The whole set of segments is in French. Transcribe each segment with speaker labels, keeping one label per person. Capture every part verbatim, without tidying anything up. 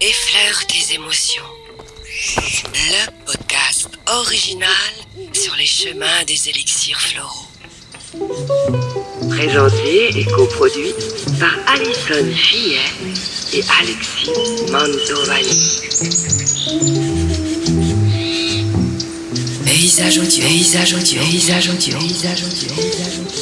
Speaker 1: Effleure tes émotions. Le podcast original sur les chemins des élixirs floraux. Présenté et coproduit par Alison Fillet et Alexis Mantovani. Paysage audio, paysage audio, paysage audio, paysage audio, paysage audio.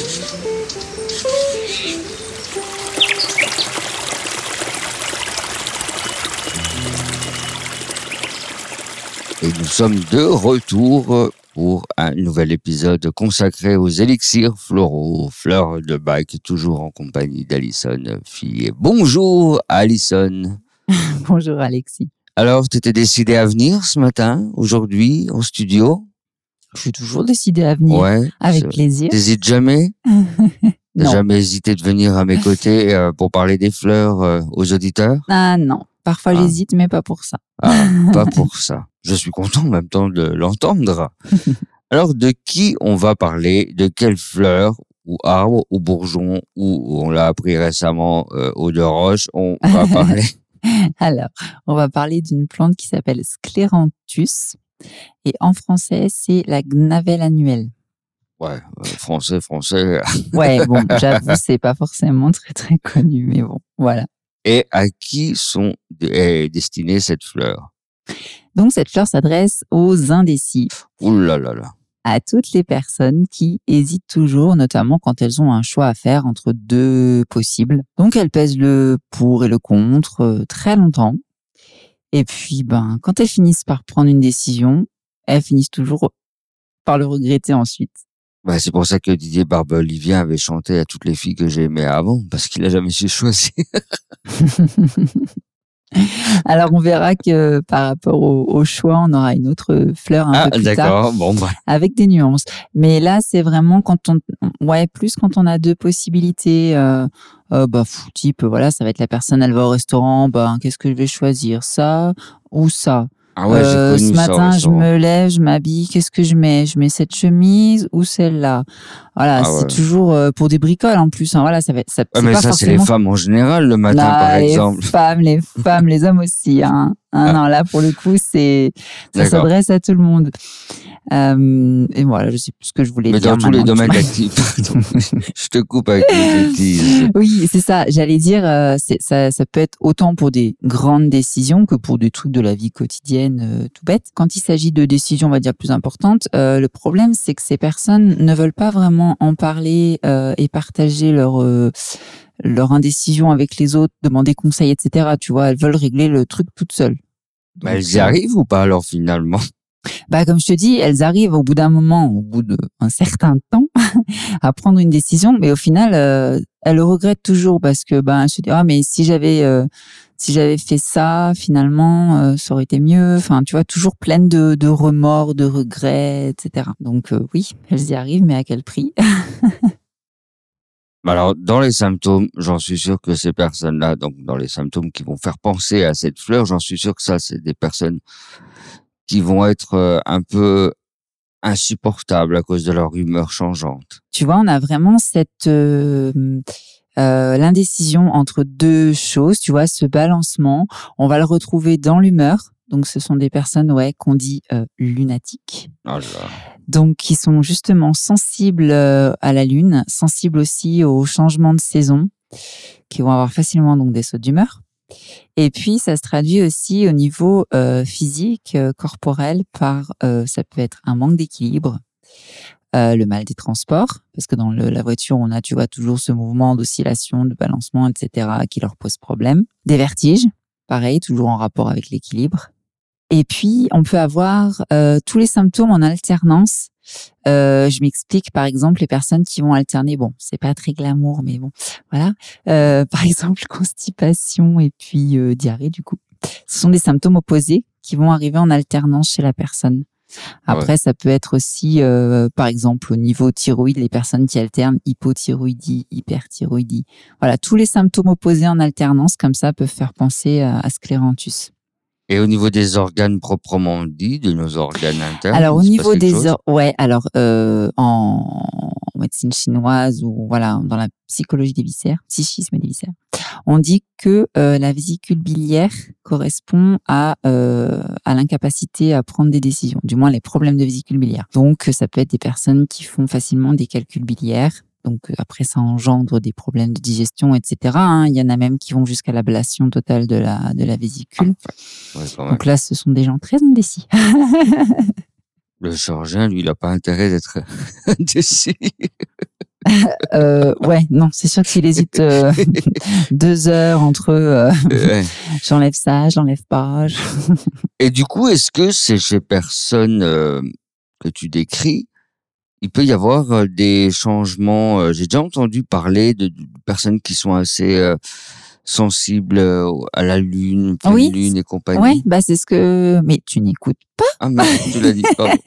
Speaker 2: Et nous sommes de retour pour un nouvel épisode consacré aux élixirs floraux. Fleur de Bac, toujours en compagnie d'Alison Fillet. Bonjour Alison.
Speaker 3: Bonjour Alexis.
Speaker 2: Alors, tu étais décidé à venir ce matin, aujourd'hui, au studio?
Speaker 3: Je suis toujours décidée à venir,
Speaker 2: ouais,
Speaker 3: avec
Speaker 2: je...
Speaker 3: plaisir.
Speaker 2: T'hésites jamais? T'as
Speaker 3: Non.
Speaker 2: jamais hésité de venir à mes côtés euh, pour parler des fleurs euh, aux auditeurs?
Speaker 3: Ah non, parfois
Speaker 2: ah.
Speaker 3: j'hésite, mais pas pour ça.
Speaker 2: Ah, pas pour ça. Je suis content en même temps de l'entendre. Alors, de qui on va parler? De quelles fleurs ou arbres ou bourgeons ou on l'a appris récemment euh, eau de roche, on va parler?
Speaker 3: Alors, on va parler d'une plante qui s'appelle Scléranthus et en français, c'est la Gnavelle annuelle.
Speaker 2: Ouais, euh, français, français.
Speaker 3: Ouais, bon, j'avoue, c'est pas forcément très très connu, mais bon, voilà.
Speaker 2: Et à qui sont est destinée cette fleur?
Speaker 3: Donc, cette fleur s'adresse aux indécis.
Speaker 2: Ouh là là là.
Speaker 3: À toutes les personnes qui hésitent toujours, notamment quand elles ont un choix à faire entre deux possibles. Donc, elles pèsent le pour et le contre euh, très longtemps. Et puis, ben, quand elles finissent par prendre une décision, elles finissent toujours par le regretter ensuite.
Speaker 2: Bah, c'est pour ça que Didier Barbelivien avait chanté à toutes les filles que j'ai aimées avant, parce qu'il a jamais su choisir.
Speaker 3: Alors, on verra que par rapport au, au choix, on aura une autre fleur un
Speaker 2: ah,
Speaker 3: peu plus tard.
Speaker 2: d'accord. Bon, bah.
Speaker 3: Avec des nuances. Mais là, c'est vraiment quand on, ouais, plus quand on a deux possibilités, euh, euh, bah, fou, type, voilà, ça va être la personne, elle va au restaurant, bah, qu'est-ce que je vais choisir? Ça ou ça?
Speaker 2: Ah ouais,
Speaker 3: euh,
Speaker 2: j'ai connu
Speaker 3: ce matin,
Speaker 2: ça,
Speaker 3: je me lève, je m'habille, qu'est-ce que je mets? Je mets cette chemise ou celle-là? Voilà,
Speaker 2: ah
Speaker 3: c'est
Speaker 2: ouais.
Speaker 3: toujours euh, pour des bricoles en plus. Hein, voilà, ça va. Ça,
Speaker 2: ah, mais
Speaker 3: pas
Speaker 2: ça,
Speaker 3: forcément...
Speaker 2: c'est les femmes en général le matin,
Speaker 3: non,
Speaker 2: par
Speaker 3: les
Speaker 2: exemple.
Speaker 3: Les femmes, les femmes, les hommes aussi. Hein. Hein, ah. Non, là pour le coup, c'est ça D'accord. s'adresse à tout le monde. Euh, et voilà, je sais plus ce que je voulais
Speaker 2: mais
Speaker 3: dire.
Speaker 2: Mais dans tous les domaines d'actifs. Je te coupe avec les bêtises.
Speaker 3: Oui, c'est ça. J'allais dire, euh, c'est, ça, ça peut être autant pour des grandes décisions que pour des trucs de la vie quotidienne euh, tout bête. Quand il s'agit de décisions, on va dire, plus importantes, euh, le problème, c'est que ces personnes ne veulent pas vraiment en parler euh, et partager leur... Euh, leur indécision avec les autres, demander conseil, et cetera. Tu vois, elles veulent régler le truc toutes seules.
Speaker 2: Donc, elles y arrivent ou pas alors finalement?
Speaker 3: Bah comme je te dis, elles arrivent au bout d'un moment, au bout d'un certain temps, à prendre une décision, mais au final, euh, elles le regrettent toujours parce que ben, je dis ah mais si j'avais euh, si j'avais fait ça, finalement, euh, ça aurait été mieux. Enfin, tu vois, toujours pleine de, de remords, de regrets, et cetera. Donc euh, oui, elles y arrivent, mais à quel prix?
Speaker 2: Alors, dans les symptômes, j'en suis sûr que ces personnes-là, donc dans les symptômes qui vont faire penser à cette fleur, j'en suis sûr que ça, c'est des personnes qui vont être euh, un peu insupportables à cause de leur humeur changeante.
Speaker 3: Tu vois, on a vraiment cette euh, euh, l'indécision entre deux choses, tu vois, ce balancement. On va le retrouver dans l'humeur. Donc, ce sont des personnes, ouais, qu'on dit euh, lunatiques.
Speaker 2: Oh là.
Speaker 3: Donc, qui sont justement sensibles euh, à la lune, sensibles aussi aux changements de saison, qui vont avoir facilement donc des sautes d'humeur. Et puis, ça se traduit aussi au niveau euh, physique, euh, corporel, par euh, ça peut être un manque d'équilibre, euh, le mal des transports, parce que dans le, la voiture, on a, tu vois, toujours ce mouvement d'oscillation, de balancement, et cetera, qui leur pose problème. Des vertiges, pareil, toujours en rapport avec l'équilibre. Et puis, on peut avoir euh, tous les symptômes en alternance. Euh, je m'explique, par exemple, les personnes qui vont alterner, bon, c'est pas très glamour, mais bon, voilà. Euh, par exemple, constipation et puis euh, diarrhée, du coup. Ce sont des symptômes opposés qui vont arriver en alternance chez la personne. Après, ouais. Ça peut être aussi, euh, par exemple, au niveau thyroïde, les personnes qui alternent hypothyroïdie, hyperthyroïdie. Voilà, tous les symptômes opposés en alternance, comme ça, peuvent faire penser à, à Scléranthus.
Speaker 2: Et au niveau des organes proprement dits, de nos organes internes,
Speaker 3: Alors au
Speaker 2: il se passe
Speaker 3: niveau
Speaker 2: quelque
Speaker 3: des
Speaker 2: chose?
Speaker 3: or- ouais, alors euh, en médecine chinoise ou voilà dans la psychologie des viscères, psychisme des viscères, on dit que euh, la vésicule biliaire correspond à euh, à l'incapacité à prendre des décisions, du moins les problèmes de vésicule biliaire. Donc ça peut être des personnes qui font facilement des calculs biliaires. Donc euh, après ça engendre des problèmes de digestion, et cetera hein. Il y en a même qui vont jusqu'à l'ablation totale de la de la vésicule.
Speaker 2: Ouais, quand même.
Speaker 3: Donc là, ce sont des gens très indécis.
Speaker 2: Le chirurgien, lui, il a pas intérêt d'être indécis.
Speaker 3: Euh, ouais, non, c'est sûr qu'il hésite euh, deux heures entre euh,
Speaker 2: Ouais.
Speaker 3: j'enlève ça, j'enlève pas. je-
Speaker 2: Et du coup, est-ce que c'est chez personnes euh, que tu décris, il peut y avoir euh, des changements. euh, J'ai déjà entendu parler de, de personnes qui sont assez euh, sensibles euh, à la lune, pleine
Speaker 3: Oui,
Speaker 2: lune et compagnie.
Speaker 3: Ouais, bah c'est ce que. Mais tu n'écoutes pas.
Speaker 2: Ah mais tu l'as dit, pardon.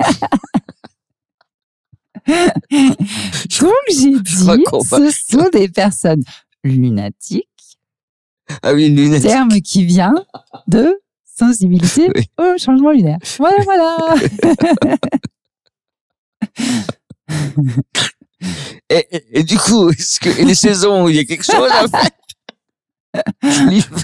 Speaker 3: Donc j'ai
Speaker 2: Je crois
Speaker 3: dit,
Speaker 2: qu'on va-
Speaker 3: ce sont des personnes lunatiques,
Speaker 2: Ah oui, une lunette.
Speaker 3: terme qui vient de sensibilité
Speaker 2: Oui.
Speaker 3: au changement lunaire. Voilà, voilà.
Speaker 2: Et, et, et du coup, est-ce que et les saisons, il y a quelque chose à faire? L'hiver.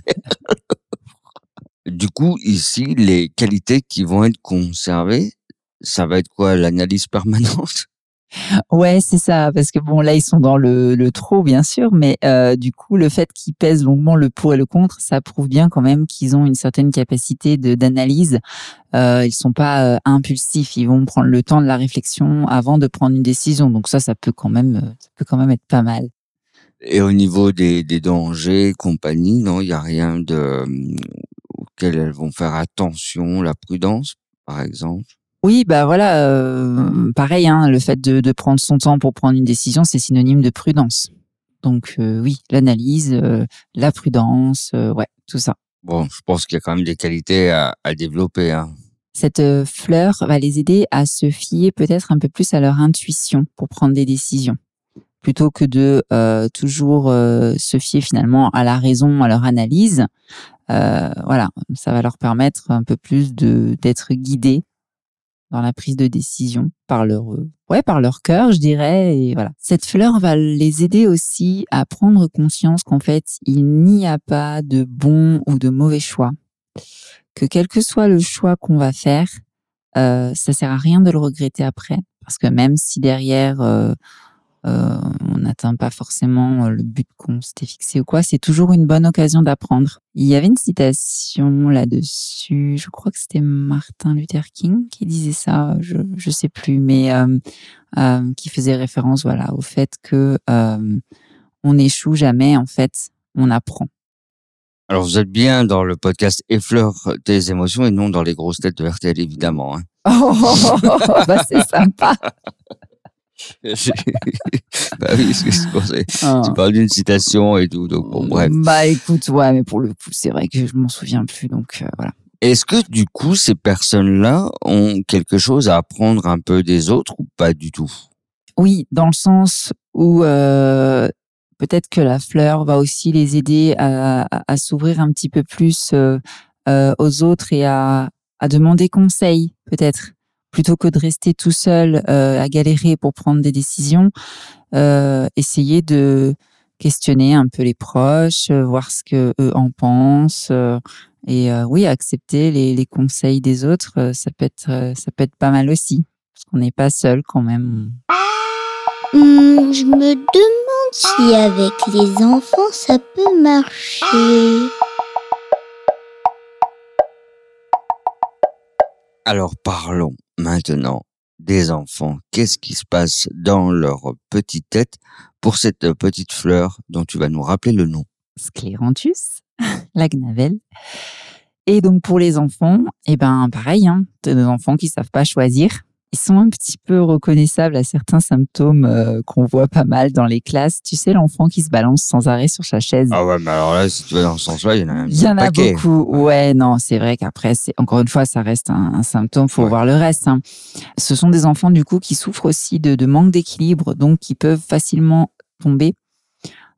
Speaker 2: Du coup, ici, les qualités qui vont être conservées, ça va être quoi? L'analyse permanente?
Speaker 3: Ouais, c'est ça, parce que bon, là, ils sont dans le, le trop, bien sûr, mais euh, du coup, le fait qu'ils pèsent longuement le pour et le contre, ça prouve bien quand même qu'ils ont une certaine capacité de d'analyse. Euh, ils sont pas euh, impulsifs, ils vont prendre le temps de la réflexion avant de prendre une décision. Donc ça, ça peut quand même, euh, ça peut quand même être pas mal.
Speaker 2: Et au niveau des, des dangers, compagnie, non, il y a rien de euh, auquel elles vont faire attention, la prudence, par exemple.
Speaker 3: Oui, bah voilà, euh, pareil, hein, le fait de, de prendre son temps pour prendre une décision, c'est synonyme de prudence. Donc euh, oui, l'analyse, euh, la prudence, euh, ouais, tout ça.
Speaker 2: Bon, je pense qu'il y a quand même des qualités à, à développer, hein.
Speaker 3: Cette euh, fleur va les aider à se fier peut-être un peu plus à leur intuition pour prendre des décisions, plutôt que de euh, toujours euh, se fier finalement à la raison, à leur analyse. Euh, voilà, ça va leur permettre un peu plus de d'être guidés dans la prise de décision par leur euh, ouais par leur cœur, je dirais. Et voilà, cette fleur va les aider aussi à prendre conscience qu'en fait il n'y a pas de bon ou de mauvais choix, que quel que soit le choix qu'on va faire, euh, ça sert à rien de le regretter après, parce que même si derrière euh, euh, on n'atteint pas forcément le but qu'on s'était fixé ou quoi, c'est toujours une bonne occasion d'apprendre. Il y avait une citation là-dessus, je crois que c'était Martin Luther King qui disait ça, je je sais plus, mais euh, euh, qui faisait référence voilà au fait que euh, on n'échoue jamais, en fait, on apprend.
Speaker 2: Alors, vous êtes bien dans le podcast Effleure tes émotions et non dans les grosses têtes de R T L, évidemment, hein.
Speaker 3: Oh, bah c'est sympa.
Speaker 2: Bah oui, c'est ce qu'on sait.
Speaker 3: Oh.
Speaker 2: Tu parles d'une citation et tout, donc bon, bref.
Speaker 3: Bah écoute, ouais, mais pour le coup, c'est vrai que je m'en souviens plus, donc euh, voilà.
Speaker 2: Est-ce que du coup, ces personnes-là ont quelque chose à apprendre un peu des autres ou pas du tout?
Speaker 3: Oui, dans le sens où euh, peut-être que la fleur va aussi les aider à, à, à s'ouvrir un petit peu plus euh, euh, aux autres et à, à demander conseil, peut-être, plutôt que de rester tout seul euh, à galérer pour prendre des décisions. Euh, essayer de questionner un peu les proches, euh, voir ce que eux en pensent, euh, et euh, oui, accepter les, les conseils des autres, euh, ça peut être, euh, ça peut être pas mal aussi, parce qu'on n'est pas seul quand même.
Speaker 4: Hmm, je me demande si avec les enfants ça peut marcher.
Speaker 2: Alors parlons maintenant des enfants. Qu'est-ce qui se passe dans leur petite tête pour cette petite fleur dont tu vas nous rappeler le nom?
Speaker 3: Scléranthus, la gnavelle. Et donc pour les enfants, eh ben pareil, hein, des enfants qui savent pas choisir. Ils sont un petit peu reconnaissables à certains symptômes euh, qu'on voit pas mal dans les classes. Tu sais, l'enfant qui se balance sans arrêt sur sa chaise.
Speaker 2: Ah ouais, mais alors là, si tu vas dans ce sens-là, il y en a un
Speaker 3: Il y en a
Speaker 2: paquet.
Speaker 3: beaucoup. Ouais, non, c'est vrai qu'après, c'est encore une fois, ça reste un, un symptôme. Faut
Speaker 2: Ouais.
Speaker 3: voir le reste, hein. Ce sont des enfants du coup qui souffrent aussi de, de manque d'équilibre, donc qui peuvent facilement tomber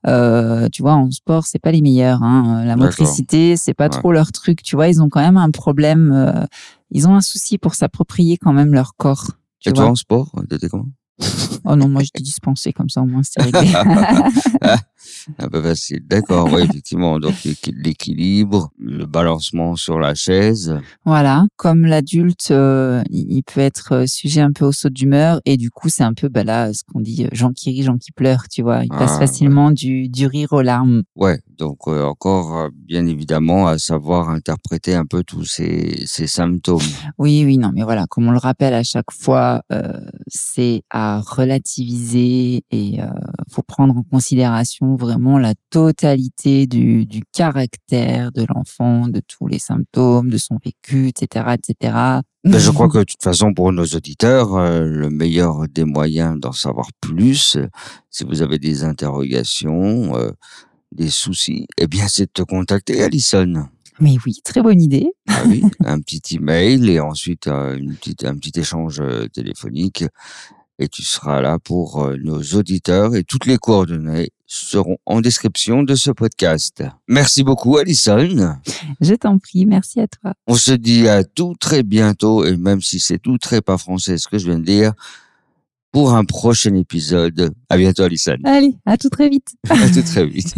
Speaker 3: Euh, tu vois, en sport, c'est pas les meilleurs. Hein. La motricité, c'est pas ouais. trop leur truc. Tu vois, ils ont quand même un problème. Euh, ils ont un souci pour s'approprier quand même leur corps. Tu
Speaker 2: Et
Speaker 3: vois.
Speaker 2: toi, en sport, t'étais comment?
Speaker 3: Oh non, moi, j'étais dispensée comme ça, au moins, c'est réglé.
Speaker 2: Un peu facile. D'accord, oui, effectivement. Donc, l'équilibre, le balancement sur la chaise.
Speaker 3: Voilà. Comme l'adulte, euh, il peut être sujet un peu aux sautes d'humeur. Et du coup, c'est un peu, bah là, ce qu'on dit, Jean qui rit, Jean qui pleure, tu vois. Il passe ah, facilement ouais. du, du rire aux larmes.
Speaker 2: Ouais. Donc, euh, encore, euh, bien évidemment, à savoir interpréter un peu tous ces, ces symptômes.
Speaker 3: Oui, oui, non, mais voilà. Comme on le rappelle à chaque fois, euh, c'est à relativiser et euh, faut prendre en considération vraiment la totalité du, du caractère de l'enfant, de tous les symptômes, de son vécu, et cetera, et cetera.
Speaker 2: Ben, je crois que de toute façon, pour nos auditeurs, euh, le meilleur des moyens d'en savoir plus, euh, si vous avez des interrogations, euh, des soucis, eh bien, c'est de te contacter, Alison.
Speaker 3: Mais oui, très bonne idée.
Speaker 2: Ah oui, un petit email et ensuite euh, une petite, un petit échange euh, téléphonique. Et tu seras là pour euh, nos auditeurs et toutes les coordonnées seront en description de ce podcast. Merci beaucoup, Alison.
Speaker 3: Je t'en prie, merci à toi.
Speaker 2: On se dit à tout très bientôt, et même si c'est tout très pas français ce que je viens de dire, pour un prochain épisode. À bientôt, Alison.
Speaker 3: Allez, à tout très vite.
Speaker 2: À tout très vite.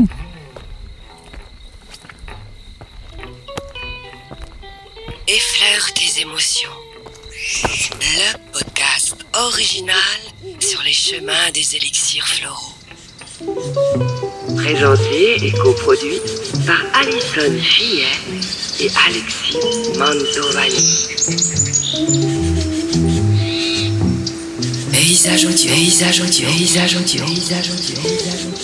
Speaker 1: Effleure tes émotions. Le podcast original sur les chemins des élixirs floraux. Présenté et coproduit par Alison Fillet et Alexis Mantovani. Paysage audio, paysage audio, paysage audio, paysage audio, paysage audio.